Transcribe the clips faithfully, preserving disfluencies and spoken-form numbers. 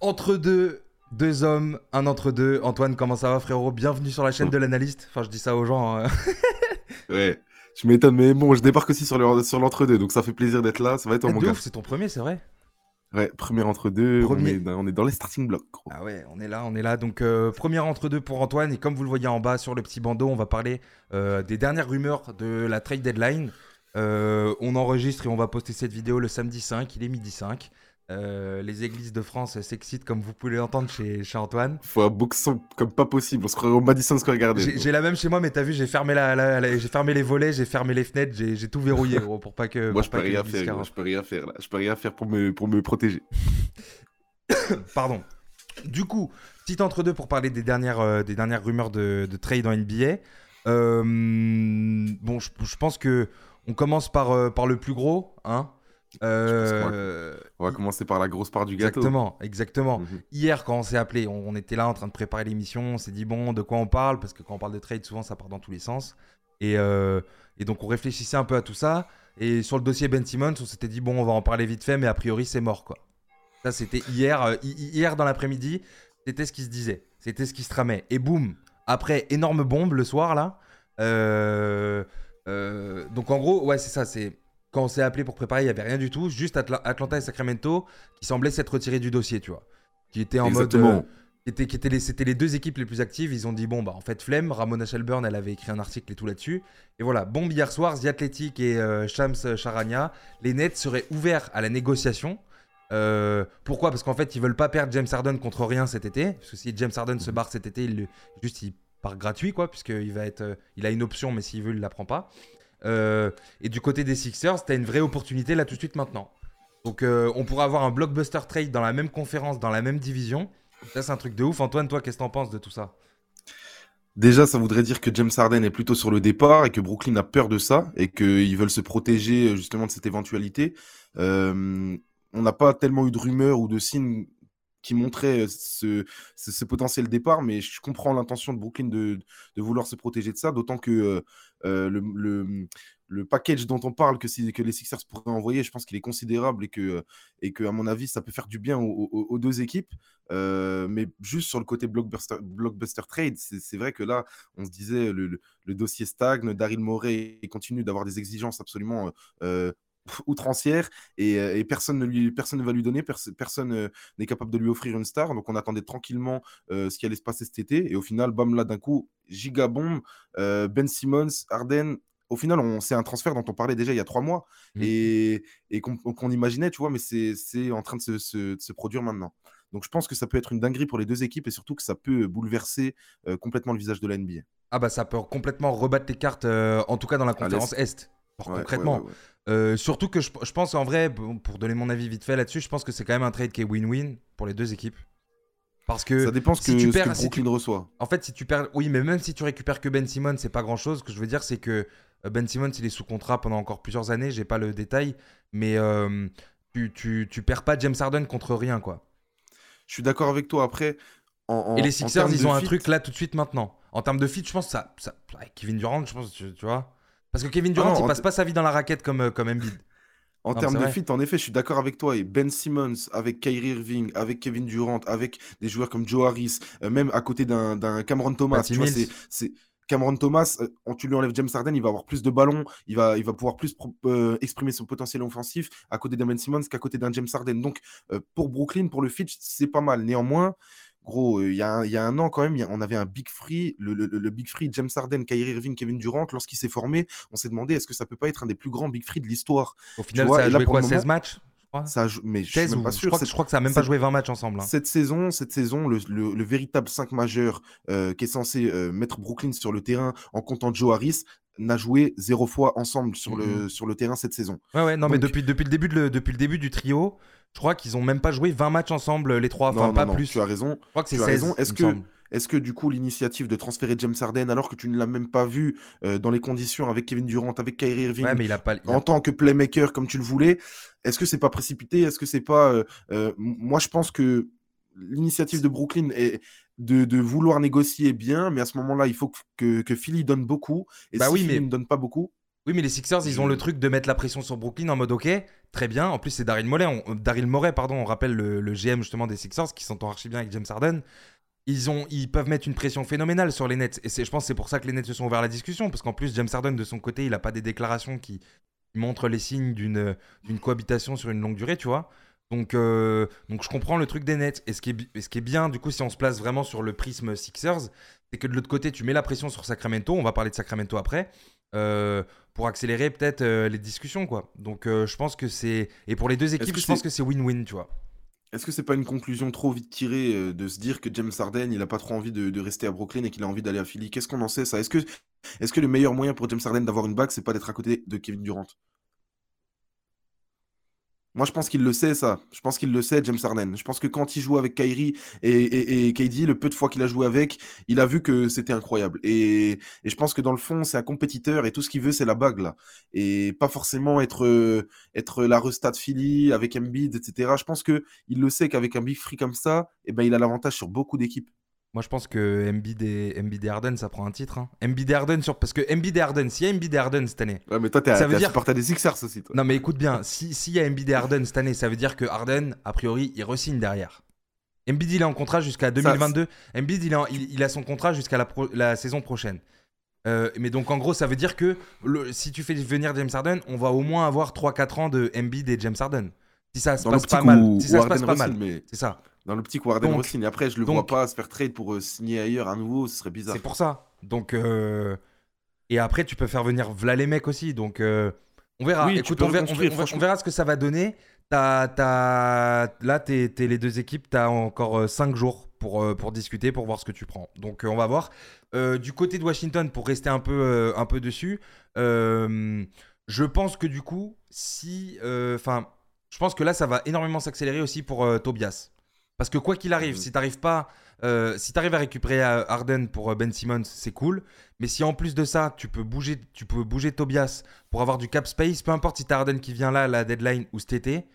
Entre deux, deux hommes, un entre deux. Antoine, comment ça va, frérot? Bienvenue sur la chaîne de l'analyste. Enfin, je dis ça aux gens. hein. Ouais, je m'étonne, mais bon, je débarque aussi sur le- sur l'entre-deux, donc ça fait plaisir d'être là, ça va être Ah, mon de gars. ouf, c'est ton premier, c'est vrai? Ouais, premier entre-deux, on est, Premier. dans- on est dans les starting blocks, gros. Ah ouais, on est là, on est là. Donc, euh, premier entre deux pour Antoine. Et comme vous le voyez en bas sur le petit bandeau, on va parler euh, des dernières rumeurs de la trade deadline. Euh, on enregistre et on va poster cette vidéo le samedi cinq. Il est midi cinq. Euh, les églises de France s'excitent comme vous pouvez l'entendre chez, chez Antoine. Faut un boxon comme pas possible, on se croirait au Madison Square Garden, J'ai gros. j'ai la même chez moi, mais t'as vu, j'ai fermé, la, la- la- j'ai fermé les volets, j'ai fermé les fenêtres, j'ai j'ai tout verrouillé, gros, pour pas que, Moi, pour je peux pas que rien l'église faire, gros, carotte. je peux rien faire, là. Je peux rien faire pour me, pour me protéger. Pardon. Du coup, petit entre-deux pour parler des dernières, euh, des dernières rumeurs de, de trade en N B A. Euh, bon, je, je pense que on commence par, euh, par le plus gros, hein. Je pense qu'on va, Euh, on va hi- commencer par la grosse part du gâteau. exactement, exactement. Mhm. Hier, quand on s'est appelé, on, on était là en train de préparer l'émission, on s'est dit bon, de quoi on parle, parce que quand on parle de trade, souvent ça part dans tous les sens. Et, euh, et donc on réfléchissait un peu à tout ça. Et sur le dossier Ben Simmons, on s'était dit bon, on va en parler vite fait, mais a priori c'est mort, quoi. Ça, c'était hier, euh, hi- hi- hier dans l'après-midi. C'était ce qui se disait. C'était ce qui se tramait. Et boum, après, énorme bombe le soir, là. Euh, euh, donc en gros, ouais, c'est ça. C'est quand on s'est appelé pour préparer, il n'y avait rien du tout. Juste Atla- Atlanta et Sacramento qui semblaient s'être retirés du dossier, tu vois. Qui étaient en mode. euh, Exactement. qui étaient, qui étaient les, c'était les deux équipes les plus actives. Ils ont dit, bon, bah en fait, flemme. Ramona Shelburne, elle avait écrit un article et tout là-dessus. Et voilà, bombe hier soir, The Athletic et euh, Shams Charania. Les Nets seraient ouverts à la négociation. Euh, pourquoi? Parce qu'en fait, ils veulent pas perdre James Harden contre rien cet été. Parce que si James Harden se barre cet été, il, le- juste il part gratuit, quoi, puisqu'il va être, euh, il a une option, mais s'il veut, il la prend pas. Euh, et du côté des Sixers, t'as une vraie opportunité là tout de suite maintenant. Donc, euh, on pourrait avoir un blockbuster trade dans la même conférence, dans la même division. Ça, c'est un truc de ouf. Antoine, toi, qu'est-ce que t'en penses de tout ça? Déjà, ça voudrait dire que James Harden est plutôt sur le départ et que Brooklyn a peur de ça et qu'ils veulent se protéger euh, justement de cette éventualité. Euh, on n'a pas tellement eu de rumeurs ou de signes qui montraient euh, ce, ce, ce potentiel départ, mais je comprends l'intention de Brooklyn de, de vouloir se protéger de ça, d'autant que euh, euh, le, le, le package dont on parle que, si, que les Sixers pourraient envoyer, je pense qu'il est considérable et que, et que, à mon avis, ça peut faire du bien aux, aux- aux deux équipes. Euh, mais juste sur le côté blockbuster, blockbuster trade, c'est c'est vrai que là, on se disait le, le, le dossier stagne, Daryl Morey continue d'avoir des exigences absolument euh, outrancières et, euh, et personne, ne lui, personne ne va lui donner, pers personne euh, n'est capable de lui offrir une star. Donc on attendait tranquillement euh, ce qui allait se passer cet été et au final, bam, là d'un coup, gigabombe, euh, Ben Simmons, Harden. Au final, on- c'est un transfert dont on parlait déjà il y a trois mois Mm. et, et qu'on qu'on imaginait, tu vois, mais c'est en train de se, se, de se produire maintenant. Donc je pense que ça peut être une dinguerie pour les deux équipes et surtout que ça peut bouleverser euh, complètement le visage de la N B A. Ah bah ça peut complètement rebattre les cartes, euh, en tout cas dans la À conférence l'Est. Est. Alors, Ouais, ouais, ouais, concrètement. ouais. Euh, surtout que je, je pense en vrai, bon, pour donner mon avis vite fait là-dessus, je pense que c'est quand même un trade qui est win-win pour les deux équipes. Parce que Ça dépend ce si tu que, ce que perds, si tu, Brooklyn reçoit. en fait, si tu perds, oui, mais même si tu récupères que Ben Simmons, c'est pas grand-chose. Ce que je veux dire, c'est que euh, Ben Simmons, il est sous contrat pendant encore plusieurs années. J'ai pas le détail, mais euh, tu, tu, tu perds pas James Harden contre rien, quoi. Je suis d'accord avec toi. Après, en, Et les en, en Sixers, termes ils de ont un fit, truc là tout de suite maintenant. En termes de fit, je pense que ça, ça ouais, Kevin Durant, je pense, tu, tu vois. Parce que Kevin ah Durant, non, il en, passe te- pas sa vie dans la raquette comme, euh, comme Embiid. en Non, mais c'est termes de vrai. fit, en effet, je suis d'accord avec toi. Et Ben Simmons, avec Kyrie Irving, avec Kevin Durant, avec des joueurs comme Joe Harris, euh, même à côté d'un d'un Cameron Thomas, Patty tu vois, c'est Mills. c'est- Cameron Thomas, euh, on- tu lui enlèves James Harden, il va avoir plus de ballons, il va, il va pouvoir plus pro- euh, exprimer son potentiel offensif à côté d'un Ben Simmons qu'à côté d'un James Harden. Donc, euh, pour Brooklyn, pour le fit, c'est pas mal. Néanmoins, gros, euh, il y, a un- il y a un an quand même, il y a- on avait un Big Free, le, le- le Big Free, James Harden, Kyrie Irving, Kevin Durant. Lorsqu'il s'est formé, on s'est demandé est-ce que ça peut pas être un des plus grands Big Free de l'histoire, Au tu final, ça vois. a Et là, joué pour quoi, le seize moment, matchs, je crois. ça a jou- mais je suis seize même pas ou je sûr. crois que, je Cette, crois que ça a même pas cette, joué vingt matchs ensemble, hein. cette saison, cette saison, le, le- le véritable cinq majeur euh, qui est censé euh, mettre Brooklyn sur le terrain en comptant Joe Harris n'a joué zéro fois ensemble sur Mhm. le, sur le terrain cette saison. Ouais, ouais, non, mais Donc, depuis, depuis, le début de le- depuis le début du trio, je crois qu'ils ont même pas joué vingt matchs ensemble, les trois, enfin non, non, pas non, tu plus. as raison. Je crois que c'est Tu as raison. seize, il Est-ce me que, semble. est-ce que du coup, l'initiative de transférer James Harden, alors que tu ne l'as même pas vu euh, dans les conditions avec Kevin Durant, avec Kyrie Ouais, Irving, mais il a pas. Il en a... tant que playmaker comme tu le voulais, est-ce que c'est pas précipité? Est-ce que c'est pas. euh, euh, moi, je pense que l'initiative de Brooklyn est de, de vouloir négocier bien, mais à ce moment-là, il faut que, que Philly donne beaucoup. Et Bah si oui, Philly mais ne donne pas beaucoup, Oui, mais les Sixers, ils ont le je. truc de mettre la pression sur Brooklyn en mode OK, très bien. En plus, c'est Daryl Morey, on, Daryl Morey, pardon, on rappelle le, le G M justement des Sixers qui s'entend archi bien avec James Harden. Ils, ont, ils peuvent mettre une pression phénoménale sur les Nets. Et c'est, je pense que c'est pour ça que les Nets se sont ouverts à la discussion. Parce qu'en plus, James Harden, de son côté, il n'a pas des déclarations qui, qui montrent les signes d'une, d'une cohabitation sur une longue durée, tu vois. Donc, euh, donc je comprends le truc des Nets. Et ce qui, est, et ce qui est bien, du coup, si on se place vraiment sur le prisme Sixers, c'est que de l'autre côté, tu mets la pression sur Sacramento. On va parler de Sacramento après. Euh, pour accélérer peut-être euh, les discussions, quoi. Donc, euh, je pense que c'est... Et pour les deux équipes, je c'est... pense que c'est win-win, tu vois. Est-ce que c'est pas une conclusion trop vite tirée euh, de se dire que James Harden, il a pas trop envie de, de rester à Brooklyn et qu'il a envie d'aller à Philly? Qu'est-ce qu'on en sait, ça? Est-ce que, est-ce que le meilleur moyen pour James Harden d'avoir une bague, c'est pas d'être à côté de Kevin Durant? Moi, je pense qu'il le sait, ça. Je pense qu'il le sait, James Harden. Je pense que quand il joue avec Kyrie et, et, et K D, le peu de fois qu'il a joué avec, il a vu que c'était incroyable. Et, et je pense que dans le fond, c'est un compétiteur et tout ce qu'il veut, c'est la bague, là. Et pas forcément être, euh, être la resta de Philly avec Embiid, et cetera. Je pense qu'il le sait qu'avec un big free comme ça, eh ben, il a l'avantage sur beaucoup d'équipes. Moi, je pense que Embiid et, Embiid et Harden, ça prend un titre. Hein. Embiid et Harden, sur... parce que Embiid et Harden, s'il y a Embiid et Harden cette année... Ouais, mais toi, t'es ça un veut dire... supporter des Sixers aussi, toi. Non, mais écoute bien, s'il si y a Embiid et Harden cette année, ça veut dire que Harden, a priori, il re-signe derrière. Embiid, il est en contrat jusqu'à deux mille vingt-deux. Ça, Embiid, il, est en... il, il a son contrat jusqu'à la, pro... la saison prochaine. Euh, mais donc, en gros, ça veut dire que le... si tu fais venir James Harden, on va au moins avoir trois quatre ans de Embiid et James Harden. Si ça se Dans passe pas où, mal. Si ça se passe pas mal. Mais... C'est ça. Dans l'optique où Harden re-signe. Et après, je le donc, vois pas se faire trade pour euh, signer ailleurs à nouveau, ce serait bizarre. C'est pour ça. Donc, euh... et après, tu peux faire venir v'là les mecs aussi. Donc, euh... on verra. Oui, Écoute, on verra, on, verra, on verra ce que ça va donner. T'as, t'as... Là, t'es, t'es les deux équipes, tu as encore cinq jours pour, euh, pour discuter, pour voir ce que tu prends. Donc, euh, on va voir. Euh, du côté de Washington, pour rester un peu, euh, un peu dessus, euh, je pense que du coup, si. Enfin, euh, je pense que là, ça va énormément s'accélérer aussi pour euh, Tobias. Parce que quoi qu'il arrive, mmh. si t'arrives pas, euh, si t'arrives à récupérer Harden pour Ben Simmons, c'est cool. Mais si en plus de ça, tu peux bouger, tu peux bouger Tobias pour avoir du cap space, peu importe si t'as Harden qui vient là, à la deadline ou cet été,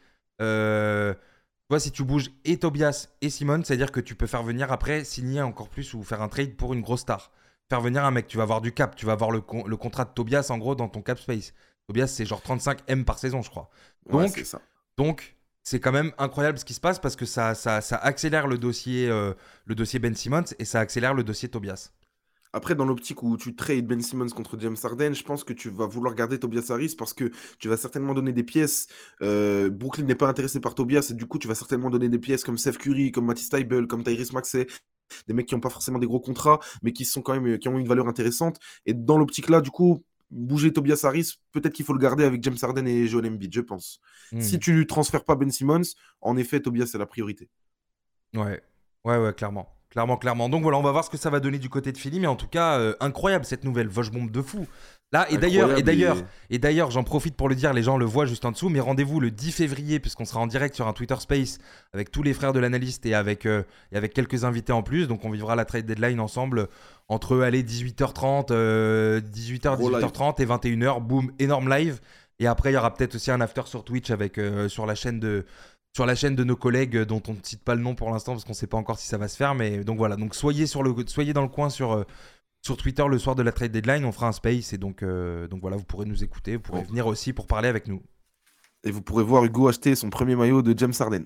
euh, tu vois, si tu bouges et Tobias et Simmons, c'est-à-dire que tu peux faire venir après, signer encore plus ou faire un trade pour une grosse star. Faire venir un mec, tu vas avoir du cap, tu vas avoir le, con- le contrat de Tobias en gros dans ton cap space. Tobias, c'est genre trente-cinq M par saison, je crois. Donc, ouais, c'est ça. donc c'est quand même incroyable ce qui se passe parce que ça, ça, ça accélère le dossier, euh, le dossier Ben Simmons et ça accélère le dossier Tobias. Après, dans l'optique où tu trades Ben Simmons contre James Harden, je pense que tu vas vouloir garder Tobias Harris parce que tu vas certainement donner des pièces. Euh, Brooklyn n'est pas intéressé par Tobias et du coup, tu vas certainement donner des pièces comme Seth Curry, comme Matisse Thybulle, comme Tyrese Maxey, des mecs qui n'ont pas forcément des gros contrats, mais qui sont quand même qui ont une valeur intéressante. Et dans l'optique là, du coup, bouger Tobias Harris, peut-être qu'il faut le garder avec James Harden et Joel Embiid, je pense. Mmh. Si tu ne transfères pas Ben Simmons, en effet, Tobias c'est la priorité. Ouais, ouais, ouais, clairement. Clairement, clairement. Donc voilà, on va voir ce que ça va donner du côté de Philly, mais en tout cas, euh, incroyable cette nouvelle Vosh bombe de fou. Là, et d'ailleurs, et d'ailleurs, et... et d'ailleurs, j'en profite pour le dire, les gens le voient juste en dessous, mais rendez-vous le dix février, puisqu'on sera en direct sur un Twitter Space avec tous les frères de l'analyste et avec, euh, et avec quelques invités en plus. Donc on vivra la trade deadline ensemble entre allez, dix-huit heures trente, euh, dix-huit heures, dix-huit heures trente et vingt et une heures. Boum, énorme live. Et après, il y aura peut-être aussi un after sur Twitch avec, euh, sur la chaîne de. Sur la chaîne de nos collègues dont on ne cite pas le nom pour l'instant parce qu'on ne sait pas encore si ça va se faire. Mais donc voilà, donc soyez, sur le, soyez dans le coin sur, euh, sur Twitter le soir de la trade deadline. On fera un space et donc, euh, donc voilà, vous pourrez nous écouter. Vous pourrez oh. venir aussi pour parler avec nous. Et vous pourrez voir Hugo acheter son premier maillot de James Harden.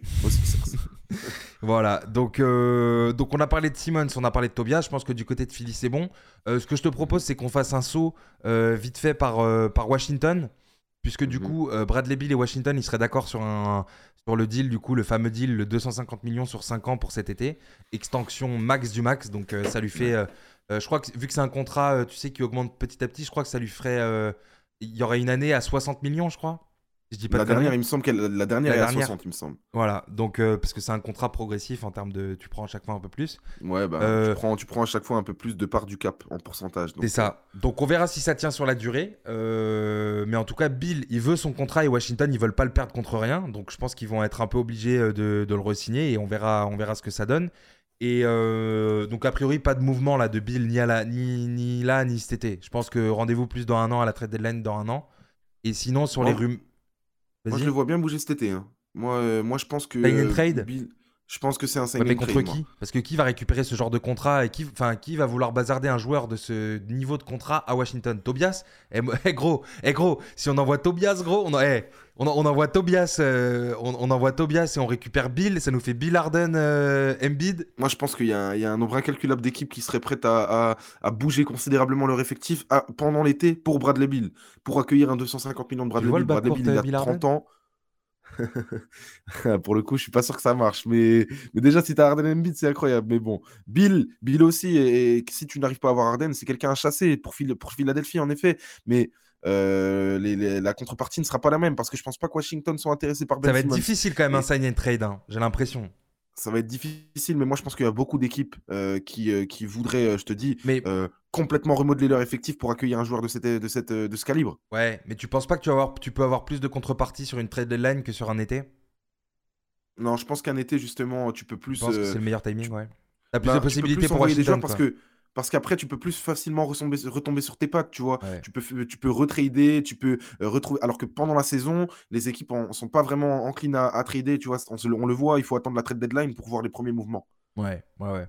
Voilà, donc, euh, donc on a parlé de Simmons, on a parlé de Tobias. Je pense que du côté de Philly, c'est bon. Euh, ce que je te propose, c'est qu'on fasse un saut euh, vite fait par, euh, par Washington. Puisque du mm-hmm. coup, euh, Bradley Beal et Washington, ils seraient d'accord sur, un, sur le deal, du coup, le fameux deal, le deux cent cinquante millions sur cinq ans pour cet été. Extension max du max, donc euh, ça lui fait... Euh, euh, je crois que vu que c'est un contrat, euh, tu sais, qui augmente petit à petit, je crois que ça lui ferait... Euh, il y aurait une année à soixante millions, je crois. Je dis pas la, dernière, il me semble qu'elle, la dernière la est dernière. à soixante, il me semble. Voilà, donc euh, parce que c'est un contrat progressif en termes de... Tu prends à chaque fois un peu plus. Ouais, bah, euh, tu, prends, tu prends à chaque fois un peu plus de part du cap en pourcentage. C'est ça. Donc on verra si ça tient sur la durée. Euh, mais en tout cas, Bill, il veut son contrat et Washington, ils veulent pas le perdre contre rien. Donc je pense qu'ils vont être un peu obligés de, de le re-signer et on verra, on verra ce que ça donne. Et euh, donc a priori, pas de mouvement là de Bill ni, à la, ni, ni là ni cet été. Je pense que rendez-vous plus dans un an à la trade deadline dans un an. Et sinon, sur bon. les rumeurs... Moi, je le vois bien bouger cet été. Hein. Moi, euh, moi, je pense que. Sign and trade Bill... Je pense que c'est un Ouais, sign mais and contre trade, moi. qui? Parce que qui va récupérer ce genre de contrat et qui, enfin, qui va vouloir bazarder un joueur de ce niveau de contrat à Washington? Tobias? Eh, mo- eh, gros, eh, gros, si on envoie Tobias, gros, on, en- eh, on, en- on envoie Tobias, euh, on, on envoie Tobias et on récupère Bill, ça nous fait Bill Harden, euh, Embiid. Moi, je pense qu'il y a, un il y a un nombre incalculable d'équipes qui seraient prêtes à, à- à bouger considérablement leur effectif à- pendant l'été pour Bradley Beal, pour accueillir un deux cent cinquante millions de Tu Bradley vois le Beal. Bradley backcourt Beal, il euh, a Bill Harden? trente ans. Pour le coup, je suis pas sûr que ça marche. Mais, mais déjà, si tu as Harden et Embiid, c'est incroyable. Mais bon, Bill, Bill aussi, et, et si tu n'arrives pas à avoir Harden, c'est quelqu'un à chasser pour, Phil- pour Philadelphie, en effet. Mais euh, les- les- la contrepartie ne sera pas la même parce que je pense pas que Washington soit intéressé par Ça Ben va être Simmons. difficile quand même un Et sign and trade, hein, j'ai l'impression. ça va être difficile, mais moi, je pense qu'il y a beaucoup d'équipes euh, qui, euh, qui voudraient, euh, je te dis, Mais euh, complètement remodeler leur effectif pour accueillir un joueur de, cette, de, cette, de ce calibre. ouais, mais tu penses pas que tu, vas avoir, tu peux avoir plus de contrepartie sur une trade deadline que sur un été? Non, je pense qu'un été, justement, tu peux Tu plus. penses que euh, c'est le meilleur timing, tu ouais. T'as plus de Ben, tu peux possibilités plus pour envoyer des joueurs Washington, parce quoi. que parce qu'après tu peux plus facilement retomber, retomber sur tes pattes, tu vois. Ouais. Tu peux f- tu peux retrader, tu peux euh, retrouver. Alors que pendant la saison, les équipes en, sont pas vraiment enclines à, à trader, tu vois. On, se le on le voit, il faut attendre la trade deadline pour voir les premiers mouvements. Ouais, ouais, ouais.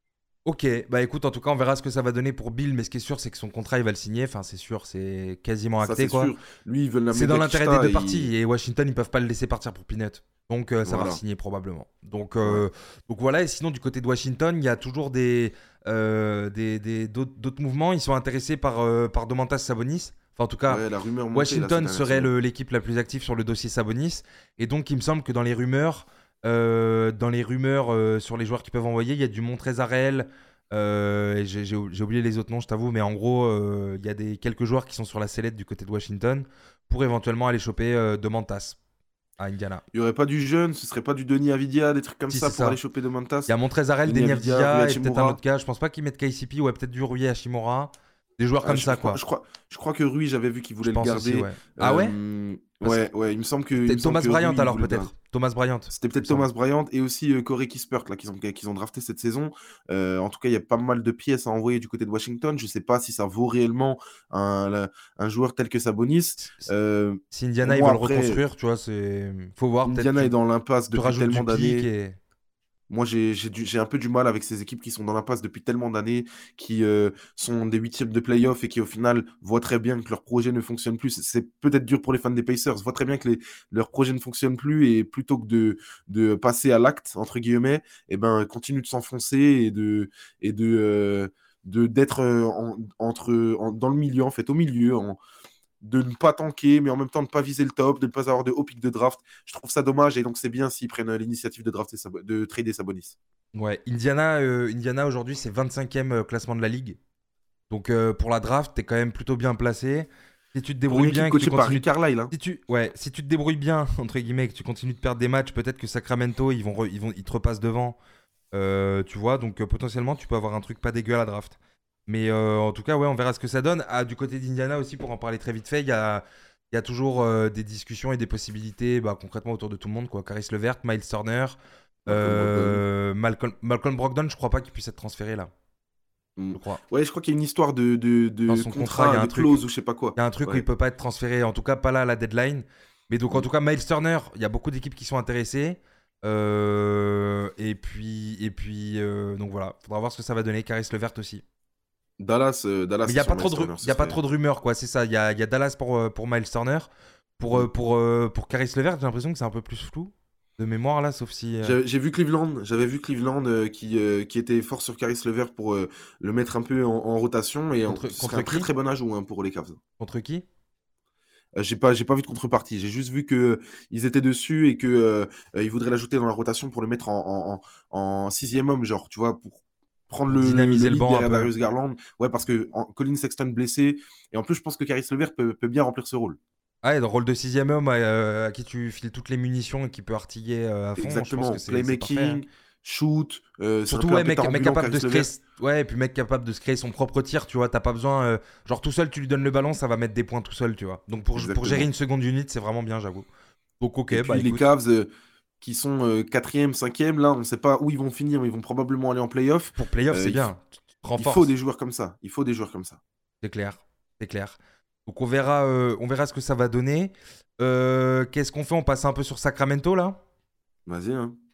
Ok, bah écoute, en tout cas, on verra ce que ça va donner pour Bill, mais ce qui est sûr, c'est que son contrat, il va le signer. Enfin, c'est sûr, c'est quasiment Ça acté, c'est quoi. sûr. Lui, ils veulent la C'est dans méga l'intérêt des quicheta deux et parties, et Washington, ils peuvent pas le laisser partir pour Peanut. Donc, euh, ça va voilà. signer probablement. Donc, Ouais. euh, donc voilà, et sinon, du côté de Washington, il y a toujours des, euh, des, des- d'autres, d'autres mouvements. Ils sont intéressés par, euh, par Domantas Sabonis. Enfin, en tout cas, Ouais, la rumeur montait là ces Washington dernières serait semaines. le- l'équipe la plus active sur le dossier Sabonis. Et donc, il me semble que dans les rumeurs, euh, dans les rumeurs euh, sur les joueurs qui peuvent envoyer, il y a du Montrezl euh, et j'ai j'ai- j'ai oublié les autres noms, je t'avoue, mais en gros, euh, il y a des, quelques joueurs qui sont sur la sellette du côté de Washington pour éventuellement aller choper euh, Domantas à Indiana. Il y aurait pas du jeune, ce serait pas du Denis Avidia, des trucs comme Si, ça c'est pour aller ça. choper de Il y Mantas. a Montrezl, Denis Denny Avidia, Rui Avdija et peut-être un Hachimura. autre gars. Je pense pas qu'ils mettent K C P, ouais, peut-être du Rui Hashimura. Des joueurs Ah, comme je, ça, je crois, quoi. je, crois, je crois que Rui, j'avais vu qu'il Je voulait le pense aussi, garder. ouais. Ah ouais? Euh, Parce que ouais, ouais, il me semble que, il c'était me semble Thomas que Bryant Rui, il alors, voulait le garder. peut-être. Thomas Bryant, C'était il me peut-être semble. Thomas Bryant et aussi euh, Corey Kispert là, qu'ils ont, qu'ils ont drafté cette saison. Euh, en tout cas, il y a pas mal de pièces à envoyer du côté de Washington. Je ne sais pas si ça vaut réellement un, la- un joueur tel que Sabonis. Si si- Euh, si pour Indiana, ils moi, veulent après, reconstruire, tu vois, c'est. Faut voir, peut-être Indiana est tu, dans l'impasse tu depuis rajoutes du tellement pic d'années. et. Moi, j'ai j'ai du- j'ai un peu du mal avec ces équipes qui sont dans l'impasse depuis tellement d'années, qui euh, sont des huitièmes de playoff et qui, au final, voient très bien que leur projet ne fonctionne plus. C'est c'est peut-être dur pour les fans des Pacers, voient très bien que les- leur projet ne fonctionne plus et plutôt que de, de passer à l'acte, entre guillemets, eh ben, continuent de s'enfoncer et de, et de, euh, de, d'être euh, en- entre, en- dans le milieu, en fait, au milieu, en- de ne pas tanker, mais en même temps de ne pas viser le top, de ne pas avoir de haut pic de draft. Je trouve ça dommage et donc c'est bien s'ils prennent euh, l'initiative de drafter Sabo- de trader Sabonis. Ouais, Indiana, euh, Indiana aujourd'hui, c'est vingt-cinquième euh, classement de la ligue. Donc euh, pour la draft, t'es quand même plutôt bien placé. Si tu te Pour une débrouilles équipe bien et que tu coachée par continues. Rick Carlisle, hein. Si tu, ouais, si tu te débrouilles bien, entre guillemets, et que tu continues de perdre des matchs, peut-être que Sacramento, ils, vont re- ils, vont, ils te repassent devant. Euh, tu vois, donc euh, potentiellement, tu peux avoir un truc pas dégueu à la draft. Mais euh, en tout cas, ouais, on verra ce que ça donne. Ah, du côté d'Indiana aussi, pour en parler très vite fait, il y a, il y a toujours euh, des discussions et des possibilités bah, concrètement autour de tout le monde, quoi. Caris Levert, Miles Turner, Malcolm Brogdon. euh, Malcolm, Malcolm Brogdon, je crois pas qu'il puisse être transféré là. Mm. Je crois. Ouais, je crois qu'il y a une histoire de, de, Dans de son contrat, il y contrat, a un de truc. clause ou je sais pas quoi. Il y a un truc où il Ouais. peut pas être transféré, en tout cas pas là à la deadline. Mais donc en Mm. tout cas, Miles Turner, il y a beaucoup d'équipes qui sont intéressées. Euh, et puis, et puis euh, donc voilà, faudra voir ce que ça va donner. Caris Levert aussi. Dallas, euh, Dallas Mais il n'y a, sur pas trop Miles de ru- Turner, ce y a pas serait- trop de rumeurs, quoi, c'est ça. Il y a, il y a Dallas pour, euh, pour Miles Turner. Pour, euh, Mm. pour, euh, pour Caris Levert, j'ai l'impression que c'est un peu plus flou de mémoire là, sauf si. euh, J'ai j'ai vu Cleveland, j'avais vu Cleveland euh, qui, euh, qui était fort sur Caris Levert pour euh, le mettre un peu en, en rotation et en- Contre- ce contre serait un très qui très bon ajout hein, pour les Cavs. Contre qui? Euh, j'ai pas, j'ai pas vu de contrepartie. J'ai juste vu que euh, ils étaient dessus et que euh, euh, ils voudraient l'ajouter dans la rotation pour le mettre en, en, en, en sixième homme, genre, tu vois, pour prendre Pour le, le, le dynamiser le lead banc un derrière peu. Darius Garland. Ouais, parce que en- Colin Sexton blessé et en plus, je pense que Caris Levert peut, peut bien remplir ce rôle. Ah, et dans le rôle de sixième homme euh, à qui tu files toutes les munitions et qui peut artiller euh, à fond, je pense Exactement. que c'est c'est parfait, hein. Playmaking, shoot, euh, c'est un Surtout, peu un ouais, mec, pétard mec ambulant, capable de Caris se créer. Levert. Ouais, et puis mec capable de se créer son propre tir, tu vois. T'as pas besoin. euh, genre, tout seul, tu lui donnes le ballon, ça va mettre des points tout seul, tu vois. Donc, pour, pour gérer Exactement. une seconde unit, c'est vraiment bien, j'avoue. Donc, ok, Et bah puis les écoute. Cavs euh, qui sont euh, quatrième, cinquième, là, on ne sait pas où ils vont finir, mais ils vont probablement aller en playoff. Pour playoff, Euh, c'est il, bien. Tu te il faut renforces. des joueurs comme ça. Il faut des joueurs comme ça. C'est clair. C'est clair. Donc, on verra, euh, on verra ce que ça va donner. Euh, Qu'est-ce qu'on fait? On passe un peu sur Sacramento, là. Vas-y, hein.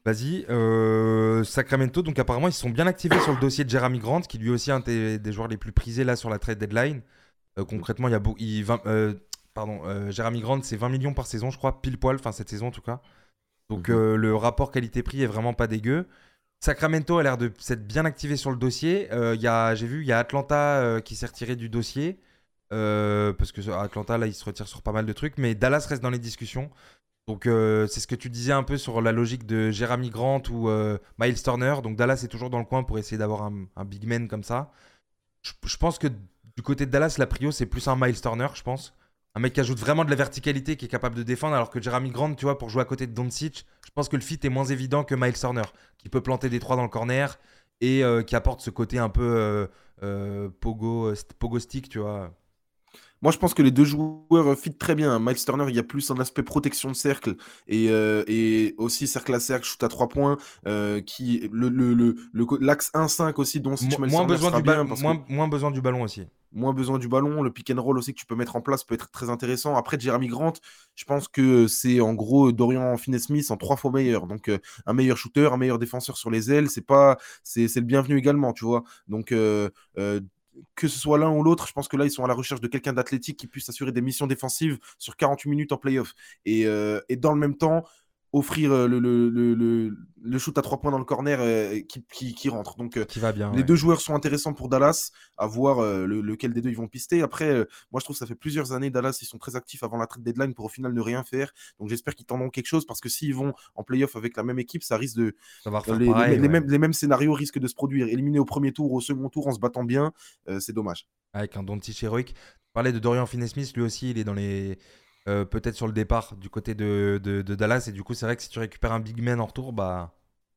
Vas-y, euh, Sacramento, donc apparemment ils se sont bien activés sur le dossier de Jeremy Grant, qui lui aussi est un des, des joueurs les plus prisés là sur la trade deadline. Euh, concrètement, il y a beau, il, vingt, euh, pardon, euh, Jeremy Grant, c'est vingt millions par saison, je crois, pile poil, enfin cette saison en tout cas. Donc Mhm. euh, le rapport qualité-prix est vraiment pas dégueu. Sacramento a l'air de s'être bien activé sur le dossier. Euh, il y a, j'ai vu, il y a Atlanta euh, qui s'est retiré du dossier. Euh, parce que Atlanta, là, il se retire sur pas mal de trucs. Mais Dallas reste dans les discussions. Donc euh, c'est ce que tu disais un peu sur la logique de Jeremy Grant ou euh, Miles Turner. Donc Dallas est toujours dans le coin pour essayer d'avoir un, un big man comme ça. Je, je pense que du côté de Dallas, la prio, c'est plus un Miles Turner, je pense. Un mec qui ajoute vraiment de la verticalité, qui est capable de défendre, alors que Jeremy Grant, tu vois, pour jouer à côté de Doncic, je pense que le fit est moins évident que Miles Turner, qui peut planter des trois dans le corner et euh, qui apporte ce côté un peu euh, euh, pogo, pogo stick, tu vois. Moi, je pense que les deux joueurs euh, fit très bien. Miles Turner, il y a plus un aspect protection de cercle et, euh, et aussi cercle à cercle, shoot à trois points. Euh, qui, le, le, le, le co- l'axe un cinq aussi, dont si Mo- tu Miles moins, Turner besoin sera du ba- bien parce que moins, moins besoin du ballon aussi. moins besoin du ballon. Le pick and roll aussi que tu peux mettre en place peut être très intéressant. Après, Jeremy Grant, je pense que c'est en gros Dorian Finney-Smith en trois fois meilleur. Donc, euh, un meilleur shooter, un meilleur défenseur sur les ailes, c'est pas, c'est, c'est le bienvenu également, tu vois. Donc, euh, euh, que ce soit l'un ou l'autre, je pense que là, ils sont à la recherche de quelqu'un d'athlétique qui puisse assurer des missions défensives sur quarante-huit minutes en playoff. Et, euh, et dans le même temps, offrir euh, le, le, le, le, le shoot à trois points dans le corner euh, qui, qui, qui rentre. Donc, euh, Qui va bien, les ouais. deux joueurs sont intéressants pour Dallas, à voir euh, le, lequel des deux ils vont pister. Après, euh, moi, je trouve que ça fait plusieurs années, Dallas, ils sont très actifs avant la trade deadline pour au final ne rien faire. Donc, j'espère qu'ils tendront quelque chose parce que s'ils vont en playoff avec la même équipe, ça risque de. Ça va refaire Les, les, pareil, les ouais. mêmes, les mêmes scénarios risquent de se produire. Éliminer au premier tour, au second tour en se battant bien, euh, c'est dommage. Avec un Doncic héroïque. Tu parlais de Dorian Finney-Smith, lui aussi, il est dans les. Euh, peut-être sur le départ du côté de, de, de Dallas. Et du coup, c'est vrai que si tu récupères un big man en retour, bah.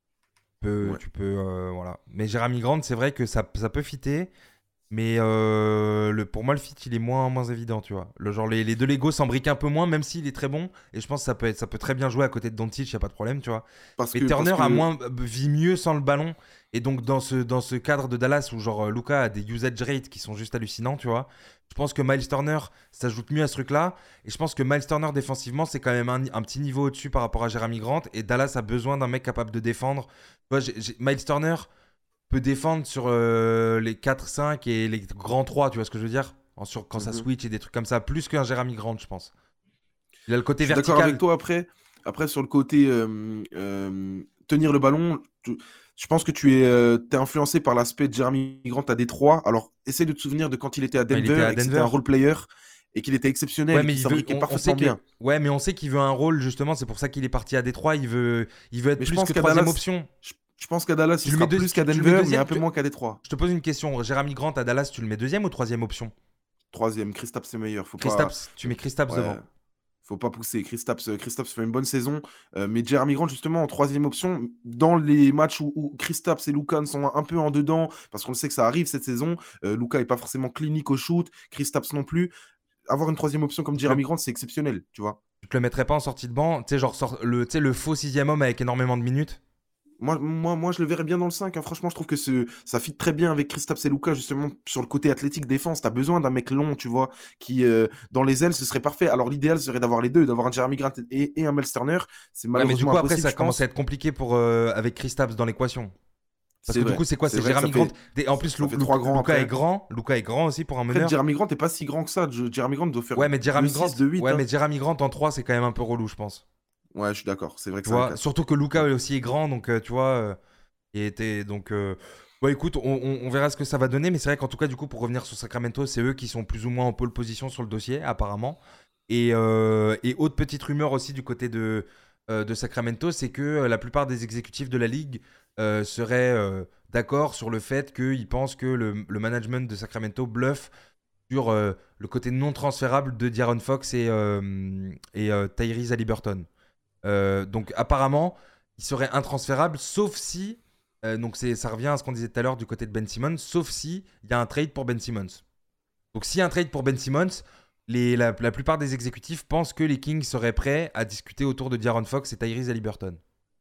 Tu peux. Ouais. Tu peux euh, voilà. Mais Jeremy Grant, c'est vrai que ça, ça peut fitter. Mais euh, le, pour moi, le fit, il est moins, moins évident, tu vois. Le, genre, les, les deux Legos s'embriquent un peu moins, même s'il est très bon. Et je pense que ça peut, être, ça peut très bien jouer à côté de Doncic, il n'y a pas de problème, tu vois. Parce Mais que, Turner parce a que... moins, vit mieux sans le ballon. Et donc, dans ce, dans ce cadre de Dallas, où genre euh, Luka a des usage rates qui sont juste hallucinants, tu vois. Je pense que Miles Turner s'ajoute mieux à ce truc-là. Et je pense que Miles Turner, défensivement, c'est quand même un, un petit niveau au-dessus par rapport à Jeremy Grant. Et Dallas a besoin d'un mec capable de défendre. Tu vois, j'ai- j'ai- Miles Turner peut défendre sur euh, les quatre cinq et les grands trois, tu vois ce que je veux dire. En sur, quand ça Mhm. switch et des trucs comme ça, plus qu'un Jeremy Grant, je pense. Il a le côté Je suis d'accord avec vertical. toi après. Après, sur le côté euh, euh, tenir le ballon, tu- je pense que tu es, euh, t'es influencé par l'aspect de Jeremy Grant à Détroit. Alors, essaie de te souvenir de quand il était à Enfin, il était Denver à et que c'était Denver. un role player et qu'il était Ouais, exceptionnel et mais qu'il il veut, s'imbriquait on, on sait parfaitement que, bien. ouais, mais on sait qu'il veut un rôle justement. C'est pour ça qu'il est parti à Détroit. Il veut, il veut être Mais je plus pense que qu'à troisième Dallas, option. je, je pense qu'à Dallas, Tu il le mets sera deux- plus qu'à tu, tu le mets Denver, mais deuxième. un peu tu- moins qu'à Détroit. Je te pose une question. Jérémy Grant à Dallas, tu le mets deuxième ou troisième option? Troisième, Kristaps c'est meilleur. Faut pas, Kristaps, tu mets Kristaps ouais, devant. faut pas pousser. Kristaps, euh, Kristaps fait une bonne saison, euh, mais Jeremy Grant justement en troisième option dans les matchs où, où Kristaps et Luka sont un, un peu en dedans, parce qu'on le sait que ça arrive cette saison. Euh, Luka est pas forcément clinique au shoot, Kristaps non plus. Avoir une troisième option comme Tu te le, Jeremy Grant, c'est exceptionnel, tu vois. tu te le mettrais pas en sortie de banc? Tu sais, genre sort- le, tu sais, le faux sixième homme avec énormément de minutes. Moi, moi, moi, je le verrais bien dans le cinq, hein. Franchement, je trouve que ce, ça fit très bien avec Kristaps et Luka, justement, sur le côté athlétique défense. Tu as besoin d'un mec long, tu vois, qui, euh, dans les ailes, ce serait parfait. Alors, l'idéal serait d'avoir les deux, d'avoir un Jeremy Grant et, et un Miles Turner. C'est Ouais, mais du malheureusement coup, après, impossible, ça je commence à pense. être compliqué pour, euh, avec Kristaps dans l'équation. Parce C'est que du vrai. coup, c'est quoi? C'est C'est vrai que ça Jeremy Grant. fait, Des- En plus, ça Lu- fait Lu- trois grands Luka est après. grand. Luka est grand aussi pour un Après, meneur. Jeremy Grant n'est pas si grand que ça. Je- Jeremy Grant doit faire Ouais, mais Jeremy deux Grant, six, deux huit. ouais, Hein. mais Jeremy Grant en trois, c'est quand même un peu relou, je pense. Ouais, je suis d'accord. C'est vrai que Tu c'est un vois, quatre. surtout que Luka Ouais. aussi est grand, donc euh, tu vois, euh, il était donc. Euh... Ouais, écoute, on, on- on verra ce que ça va donner, mais c'est vrai qu'en tout cas, du coup, pour revenir sur Sacramento, c'est eux qui sont plus ou moins en pole position sur le dossier, apparemment. Et, euh, et autre petite rumeur aussi du côté de, euh, de Sacramento, c'est que euh, la plupart des exécutifs de la ligue euh, seraient euh, d'accord sur le fait qu'ils pensent que le, le management de Sacramento bluffe sur euh, le côté non transférable de De'Aaron Fox et, euh, et euh, Tyrese Haliburton. Euh, donc apparemment, il serait intransférable, sauf si, euh, donc c'est, ça revient à ce qu'on disait tout à l'heure du côté de Ben Simmons, sauf si il y a un trade pour Ben Simmons. Donc s'il y a un trade pour Ben Simmons, les, la, la plupart des exécutifs pensent que les Kings seraient prêts à discuter autour de De'Aaron Fox et Tyrese Haliburton.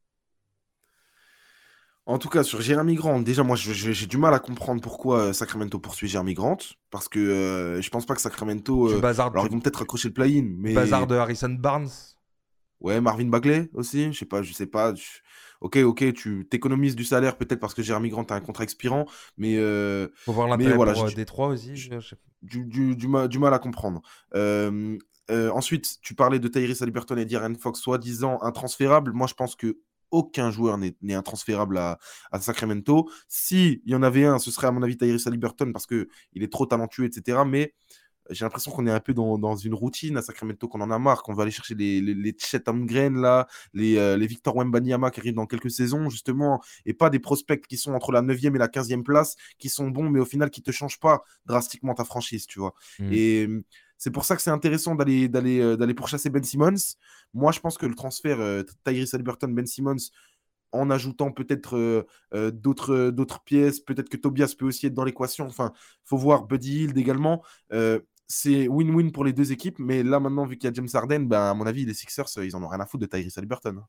En tout cas, sur Jeremy Grant, déjà, moi, je- je- j'ai du mal à comprendre pourquoi euh, Sacramento poursuit Jeremy Grant. Parce que euh, je pense pas que Sacramento. Tu euh, bazardes, Alors, tu, ils vont peut-être accrocher le play-in, tu mais. bazardes Harrison Barnes. Ouais, Marvin Bagley aussi, je sais pas, je sais pas. je- Ok, ok, tu t'économises du salaire peut-être parce que Jeremy Grant a un contrat expirant, mais, euh, Faut voir mais l'intérêt voilà, pour j'ai euh, du, Détroit aussi. j'ai je- je sais pas. du, du- du mal, du mal à comprendre. Euh, euh, ensuite, tu parlais de Tyrese Haliburton et d'Aaron Fox, soi-disant intransférables. Moi, je pense que aucun joueur n'est n'est intransférable à, à Sacramento. Si il y en avait un, ce serait à mon avis Tyrese Haliburton parce que il est trop talentueux, et cetera. Mais j'ai l'impression qu'on est un peu dans, dans une routine à Sacramento, qu'on en a marre, qu'on va aller chercher les, les, les Chet Holmgren, là, les, euh, les Victor Wembanyama qui arrivent dans quelques saisons, justement, et pas des prospects qui sont entre la neuvième et la quinzième place, qui sont bons, mais au final qui ne te changent pas drastiquement ta franchise, tu vois. Hmm. Et euh, c'est pour ça que c'est intéressant d'aller, d'aller, euh, d'aller pourchasser Ben Simmons. Moi, je pense que le transfert euh, Tyrese Haliburton, Ben Simmons, en ajoutant peut-être euh, euh, d'autres, euh, d'autres pièces, peut-être que Tobias peut aussi être dans l'équation. Enfin, il faut voir Buddy Hield également. Euh, c'est win-win pour les deux équipes, mais là maintenant, vu qu'il y a James Harden, ben, à mon avis, les Sixers, euh, ils en ont rien à foutre de Tyrese Haliburton.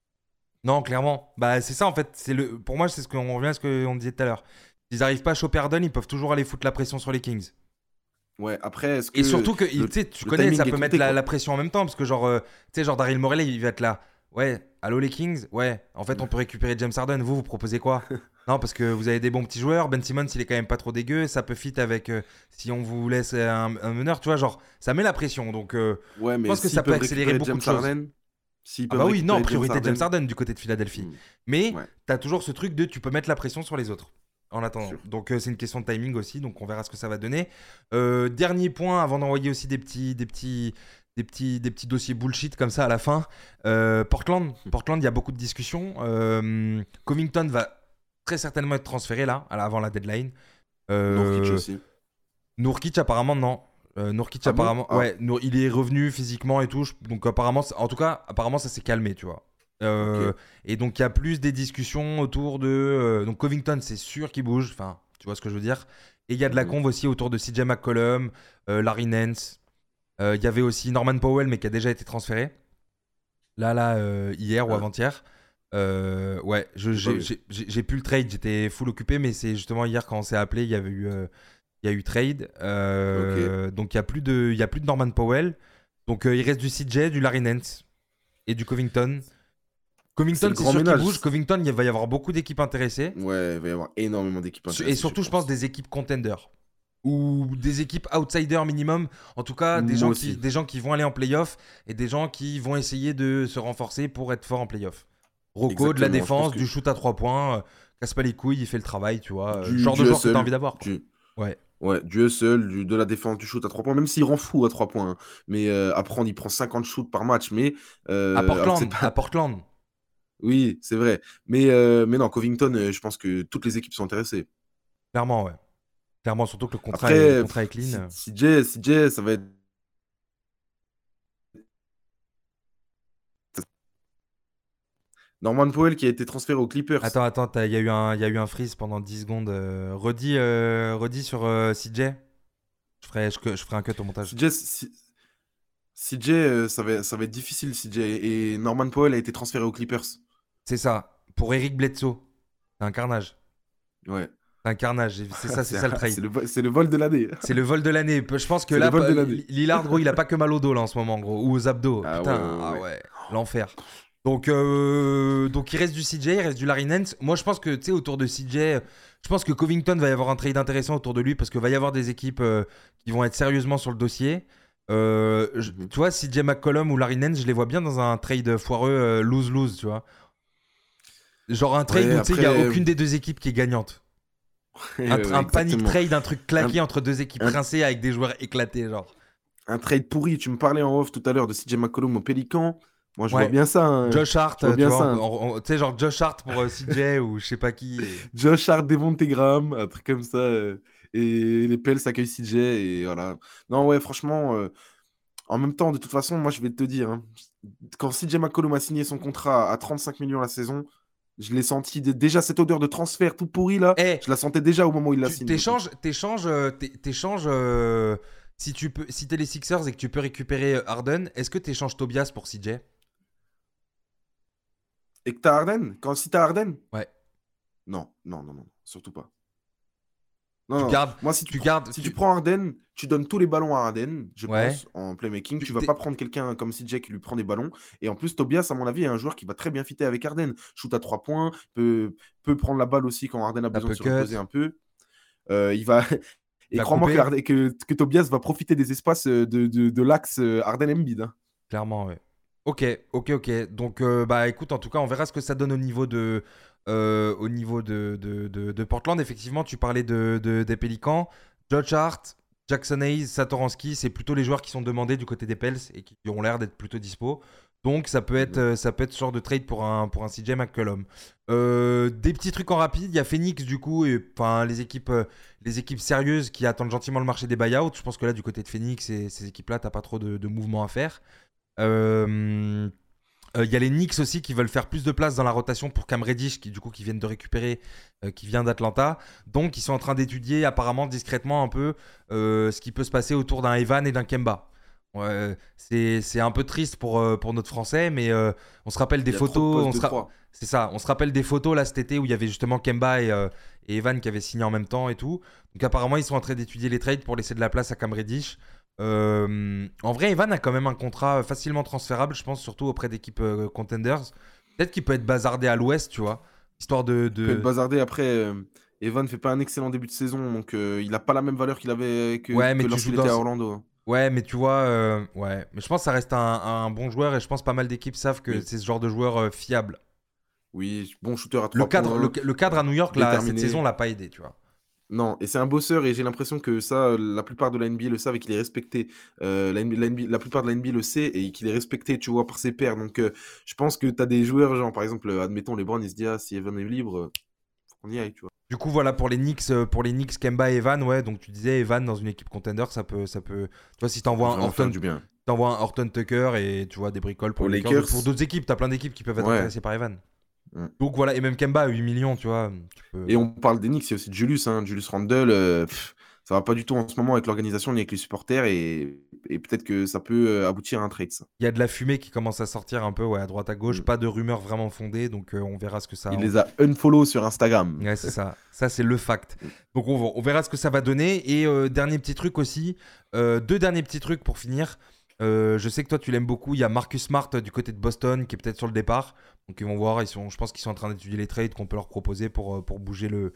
Non, clairement. Bah, c'est ça en fait. C'est le... Pour moi, c'est ce qu'on revient à ce qu'on disait tout à l'heure. S'ils n'arrivent pas à choper Harden, ils peuvent toujours aller foutre la pression sur les Kings. Ouais, après, est-ce Et que surtout que, tu le, sais, tu le connais, ça timing est peut mettre compté, la, quoi? la pression en même temps, parce que genre, euh, tu sais, genre Daryl Morey, il va être là. Ouais, allô les Kings? Ouais, en fait, on peut récupérer James Harden. Vous, vous proposez quoi? Non, parce que vous avez des bons petits joueurs. Ben Simmons, il est quand même pas trop dégueu. Ça peut fit avec euh, si on vous laisse un, un meneur, tu vois, genre, ça met la pression. Donc, euh, Ouais, je mais pense que ça s'ils peut peuvent accélérer récupérer beaucoup James de choses. Harden, s'ils Ah peuvent bah oui, non, récupérer James priorité James Harden, Harden du côté de Philadelphie. hmm, Mais ouais, t'as toujours ce truc de tu peux mettre la pression sur les autres en attendant. sûr. Donc euh, c'est une question de timing aussi, donc on verra ce que ça va donner. Euh, dernier point avant d'envoyer aussi des petits, des petits, des petits, des petits dossiers bullshit comme ça à la fin. Euh, Portland, Portland, il y a beaucoup de discussions. Euh, Covington va très certainement être transféré là, à la- avant la deadline. Nurkic Euh, aussi. Nurkic apparemment non. Euh, Nurkic Ah bon? apparemment, Ah, ouais, Nour- il est revenu physiquement et tout, je- donc apparemment, c'est- en tout cas, apparemment ça s'est calmé, tu vois. Euh, ok. et donc il y a plus des discussions autour de, euh, donc Covington c'est sûr qu'il bouge, enfin, tu vois ce que je veux dire. Et il y a de la Mhm. conve aussi autour de C J McCollum, euh, Larry Nance. Euh, Il y avait aussi Norman Powell mais qui a déjà été transféré. Là, là, euh, hier ou Ah, avant-hier. Euh, ouais, je- j'ai pas j'ai vu. j'ai- j'ai- j'ai pu le trade, j'étais full occupé, mais c'est justement hier quand on s'est appelé, il y avait eu, euh, il y a eu trade. Ok. Euh, donc il y a plus de, il y a plus de Norman Powell. Donc euh, il reste du C J, du Larry Nance et du Covington. C'est Covington, le c'est grand sûr qu'il ménage. bouge. Covington, il va y avoir beaucoup d'équipes intéressées. Ouais, il va y avoir énormément d'équipes Su- Et intéressées, je surtout, je pense, pense. des équipes contenders. Ou des équipes outsiders minimum. En tout cas, des Moi gens qui, aussi. des gens qui vont aller en playoff et des gens qui vont essayer de se renforcer pour être forts en playoff. Rocco, de la Exactement. Je pense défense, que du shoot à trois points. euh, casse pas les couilles, il fait le travail, tu vois. euh, du, genre de du joueur que tu as envie hustle, d'avoir, quoi. du, Ouais. ouais, du hustle, du, de la défense, du shoot à trois points, même s'il rend fou à trois points. Hein. Mais euh, après, on y prend cinquante shoots par match. Mais À euh, alors que c'est Portland, à pas. Portland. Oui, c'est vrai. Mais, euh, mais non, Covington, euh, je pense que toutes les équipes sont intéressées. Clairement, ouais. Clairement, surtout que le contrat est, le Après, contrat est pff, clean. si, euh. si Jay, si Jay, ça va être. Norman Powell qui a été transféré aux Clippers. Attends, attends, t'as- il y a eu un, il y a eu un freeze pendant dix secondes. euh, redis, euh, redis sur euh, C J. Je ferai, je, je ferai un cut au montage. Si Jay, si, C J, euh, ça va, ça va être difficile, C J. Et Norman Powell a été transféré aux Clippers. C'est ça. Pour Eric Bledsoe. C'est un carnage. Ouais. C'est un carnage. C'est ça, c'est c'est ça le c'est trade. le, vo- c'est le vol de l'année. C'est le vol de l'année. Je pense que C'est le là, vol de pa- l'année. Lillard, gros, il a pas que mal au dos là en ce moment, gros. Ou aux abdos. Ah ouais, Putain, ouais, ah ouais. ouais. L'enfer. Donc, euh, donc, il reste du C J, il reste du Larry Nance. Moi, je pense que, tu sais, autour de C J, je pense que Covington va y avoir un trade intéressant autour de lui parce qu'il va y avoir des équipes euh, qui vont être sérieusement sur le dossier. Euh, je- Mhm. Tu vois, C J McCollum ou Larry Nance, je les vois bien dans un trade foireux euh, lose-lose, tu vois. Genre un trade Ouais, où, tu sais, il n'y a après. aucune des deux équipes qui est gagnante. Ouais, Un, ouais, un panic exactement. trade, un truc claqué Un, entre deux équipes un- rincées avec des joueurs éclatés, genre. un trade pourri. Tu me parlais en off tout à l'heure de C J McCollum au Pélican. Moi, je vois Ouais. bien ça. Hein. Josh Hart, Je vois euh, tu bien vois, ça. on- Hein. on- on- tu sais, genre Josh Hart pour euh, C J ou je sais pas qui. et- Josh Hart, Devonte Graham, un truc comme ça. euh, et les Pels accueillent C J. Et voilà. Non, ouais, franchement, euh, en même temps, de toute façon, moi, je vais te dire, hein, quand C J McCollum a signé son contrat à trente-cinq millions la saison, je l'ai senti dé- déjà cette odeur de transfert tout pourri là. Eh, Je la sentais déjà au moment où il la tu signe. le truc. t'échanges, t'échanges, euh, t'é- t'échanges, euh, si tu peux, si t'es les Sixers et que tu peux récupérer euh, Harden, est-ce que t'échanges Tobias pour C J? Et que t'as Harden? Quand si t'as Harden? Ouais. Non, non, non, non, surtout pas. Non, Tu non. gardes, Moi, si tu, tu pr- gardes, si tu tu... prends Harden, tu donnes tous les ballons à Harden, je Ouais. pense, en playmaking. Tu- Tu vas t'es- pas prendre quelqu'un comme C J qui lui prend des ballons. Et en plus, Tobias, à mon avis, est un joueur qui va très bien fitter avec Harden. Shoot à trois points, peut, peut prendre la balle aussi quand Harden a Ça besoin peut de se reposer cut, un peu. Euh, il va... il Et va crois-moi que, couper. Harden- que, que Tobias va profiter des espaces euh, de, de, de l'axe euh, Harden-Embiid. Hein. Clairement, ouais. Ok, ok, ok. Donc, euh, bah écoute, en tout cas, on verra ce que ça donne au niveau de, euh, au niveau de, de, de- de Portland. Effectivement, tu parlais de, de- des Pélicans. Josh Hart, Jackson Hayes, Satoransky, c'est plutôt les joueurs qui sont demandés du côté des Pels et qui ont l'air d'être plutôt dispo. Donc, ça peut être, Mhm. euh, ça peut être ce genre de trade pour un, pour un C J McCollum. Euh, des petits trucs en rapide. Il y a Phoenix, du coup, et enfin, les équipes, euh, les équipes sérieuses qui attendent gentiment le marché des buyouts. Je pense que là, du côté de Phoenix et ces équipes-là, t'as pas trop de, de mouvements à faire. Euh, euh, Il y a les Knicks aussi qui veulent faire plus de place dans la rotation pour Cam Reddish, qui du coup qui viennent de récupérer, euh, qui vient d'Atlanta. Donc ils sont en train d'étudier apparemment discrètement un peu euh, ce qui peut se passer autour d'un Evan et d'un Kemba. Ouais, c'est c'est un peu triste pour, euh, pour notre français, mais euh, on se rappelle des Il y a trop de photos. postes On de se ra- trois. C'est ça, on se rappelle des photos là cet été où il y avait justement Kemba et, euh, et Evan qui avaient signé en même temps et tout. Donc apparemment ils sont en train d'étudier les trades pour laisser de la place à Cam Reddish. Euh, en vrai, Evan a quand même un contrat facilement transférable, je pense, surtout auprès d'équipes euh, contenders. Peut-être qu'il peut être bazardé à l'ouest, tu vois, histoire de, Il peut être de... bazardé. Après, euh, Evan fait pas un excellent début de saison, donc euh, il a pas la même valeur qu'il avait que, Ouais, mais que tu joues lorsqu'il dans... était à Orlando. Hein. Ouais, mais tu vois, euh, ouais. Mais je pense que ça reste un, un bon joueur et je pense pas mal d'équipes savent que Oui. c'est ce genre de joueur euh, fiable. Oui, bon shooter à Le trois cadre, le, points, le cadre à New York, là, cette saison, déterminé. l'a pas aidé, tu vois. Non, et c'est un bosseur, et j'ai l'impression que ça, euh, la plupart de la N B A le savent et qu'il est respecté. Euh, la, N B A la N B A la plupart de la N B A le sait et qu'il est respecté, tu vois, par ses pairs. Donc, euh, je pense que tu as des joueurs, genre, par exemple, euh, admettons, LeBron, il se dit, ah, si Evan est libre, euh, faut qu'on y aille, tu vois. Du coup, voilà, pour les Knicks, euh, pour les Knicks, Kemba et Evan, ouais, donc tu disais Evan dans une équipe contender, ça peut, ça peut... Tu vois, si Ça peut t'envoies un vraiment faire Horton, du bien. t'envoies un Horton Tucker et tu vois des bricoles pour Aux les Lakers, ou Lakers, pour d'autres équipes, t'as plein d'équipes qui peuvent être ouais. intéressées par Evan. Mm. Donc voilà, et même Kemba à huit millions, tu vois. Tu peux... Et on parle des Knicks, il y a aussi de Julius, hein, Julius Randle. euh, pff, ça va pas du tout en ce moment avec l'organisation ni avec les supporters et, et peut-être que ça peut euh, aboutir à un trade, ça. Il y a de la fumée qui commence à sortir un peu, ouais, à droite à gauche, Mm. pas de rumeurs vraiment fondées, donc euh, on verra ce que ça... Il on- les a unfollow sur Instagram. Ouais, c'est ça. Ça, c'est le fact. Mm. Donc, on, va- on verra ce que ça va donner. Et euh, dernier petit truc aussi, euh, deux derniers petits trucs pour finir. Euh, je sais que toi, tu l'aimes beaucoup. Il y a Marcus Smart euh, du côté de Boston qui est peut-être sur le départ. Donc, ils vont voir. Ils sont, je pense qu'ils sont en train d'étudier les trades qu'on peut leur proposer pour, euh, pour bouger le,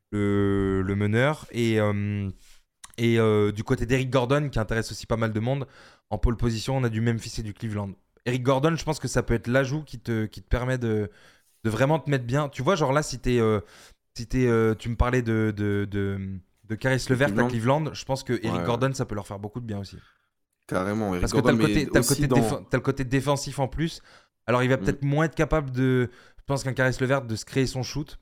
le, le meneur. Et, euh, et euh, du côté d'Eric Gordon, qui intéresse aussi pas mal de monde, en pole position, on a du Memphis et du Cleveland. Eric Gordon, je pense que ça peut être l'ajout qui te, qui te permet de, de vraiment te mettre bien. Tu vois, genre là, si t'es, euh, si t'es, euh, tu me parlais de, de, de, de Caris LeVert à Cleveland. Cleveland, je pense que Eric Ouais. Gordon, ça peut leur faire beaucoup de bien aussi. Carrément, Eric Parce que Gordon, t'as le, côté, mais t'as, le aussi côté dans... défe- t'as le côté défensif en plus. Alors, il va Mm. peut-être moins être capable de, je pense qu'un Caris LeVert, de se créer son shoot.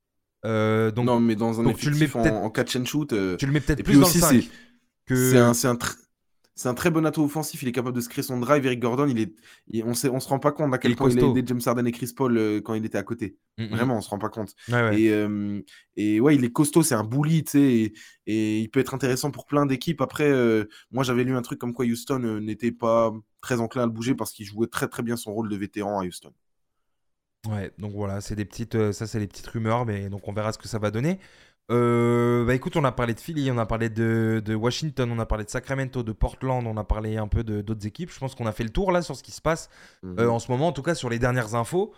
Euh, donc, Non, mais dans un donc tu le mets effectif peut-être, en, en catch and shoot. euh, tu le mets peut-être Et plus puis dans aussi, le c'est cinq c'est que... un, c'est un, tr- c'est un très bon atout offensif. Il est capable de se créer son drive. Eric Gordon, il est, il- on sait, on se rend pas compte à Il quel est point il a costaud. aidé James Harden et Chris Paul euh, quand il était à côté. Mm, mm. Vraiment, on se rend pas compte. Ouais, ouais. Et, euh, et ouais, il est costaud, c'est un bully, tu sais, et, et il peut être intéressant pour plein d'équipes. Après, euh, moi, j'avais lu un truc comme quoi Houston euh, n'était pas très enclin à le bouger parce qu'il jouait très très bien son rôle de vétéran à Houston. Ouais, donc voilà, c'est des petites, euh, ça c'est les petites rumeurs, mais donc on verra ce que ça va donner. Euh, bah écoute, on a parlé de Philly, on a parlé de, de Washington, on a parlé de Sacramento, de Portland, on a parlé un peu de- d'autres équipes. Je pense qu'on a fait le tour là sur ce qui se passe Mhm. euh, en ce moment, en tout cas sur les dernières infos.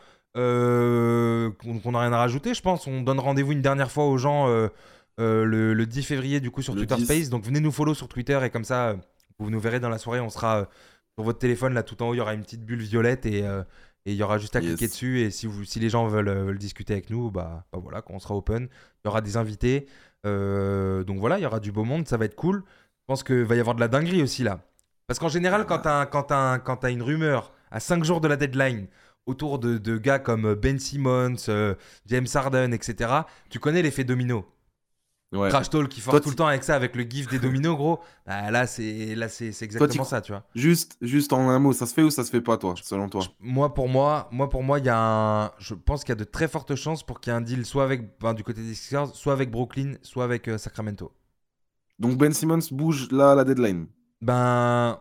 Euh, qu'on qu'on n'a rien à rajouter, je pense. On donne rendez-vous une dernière fois aux gens euh, euh, le, le dix février du coup sur Le Twitter dix. Space. Donc venez nous follow sur Twitter et comme ça, euh, vous nous verrez dans la soirée. On sera euh, sur votre téléphone là tout en haut, il y aura une petite bulle violette et euh, et il y aura juste à Yes. cliquer dessus. Et si, vous, si les gens veulent, euh, veulent discuter avec nous, bah, bah voilà, quand on sera open, il y aura des invités. Euh, donc voilà, il y aura du beau monde, ça va être cool. Je pense qu'il va y avoir de la dinguerie aussi là. Parce qu'en général, Ah quand bah. t'as, un- quand t'as un- quand t'as une rumeur à cinq jours de la deadline autour de, de gars comme Ben Simmons, euh, James Harden, et cetera, tu connais l'effet domino. Ouais. Trash Talk qui force Toi, tout le tu- temps avec ça, avec le gif des dominos, gros. Bah, là, c'est, là c'est, c'est Toi, tu exactement crois- ça, tu vois. Juste, juste en un mot, ça se fait ou ça se fait pas, toi, selon toi? Je- Moi, pour moi, moi, pour moi, il y a un... je pense qu'il y a de très fortes chances pour qu'il y ait un deal soit avec, ben, du côté des Sixers, soit avec Brooklyn, soit avec euh, Sacramento. Donc Ben Simmons bouge là à la deadline. Ben,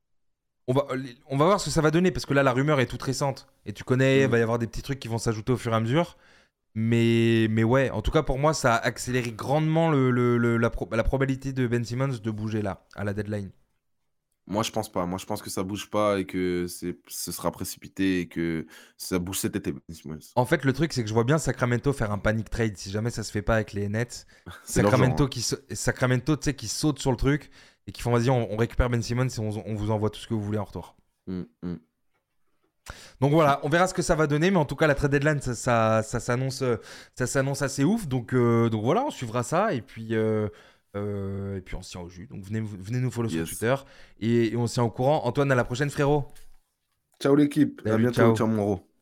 on va, on va voir ce que ça va donner parce que là, la rumeur est toute récente et tu connais, il Mhm. va y avoir des petits trucs qui vont s'ajouter au fur et à mesure. Mais, mais ouais, en tout cas pour moi, ça a accéléré grandement le, le- le- la, pro- la probabilité de Ben Simmons de bouger là, à la deadline. Moi, je pense pas. Moi, je pense que ça bouge pas et que c'est, ce sera précipité et que ça bouge cet été. Ben Simmons. En fait, le truc, c'est que je vois bien Sacramento faire un panic trade si jamais ça se fait pas avec les Nets. C'est leur genre. Sacramento, hein. qui, sa- Sacramento tu sais, qui saute sur le truc et qui font vas-y, on, on récupère Ben Simmons et on, on vous envoie tout ce que vous voulez en retour. Mm, mm. Donc voilà, on verra ce que ça va donner, mais en tout cas, la trade deadline, ça, ça, ça s'annonce, euh, ça s'annonce assez ouf. Donc, euh, donc voilà, on suivra ça et puis, euh, euh, et puis on se tient au jus. Donc venez, venez nous follow sur Yes. Twitter et, et on se tient au courant. Antoine, à la prochaine, frérot. Ciao l'équipe. À Salut, bientôt. ciao. Ciao mon gros.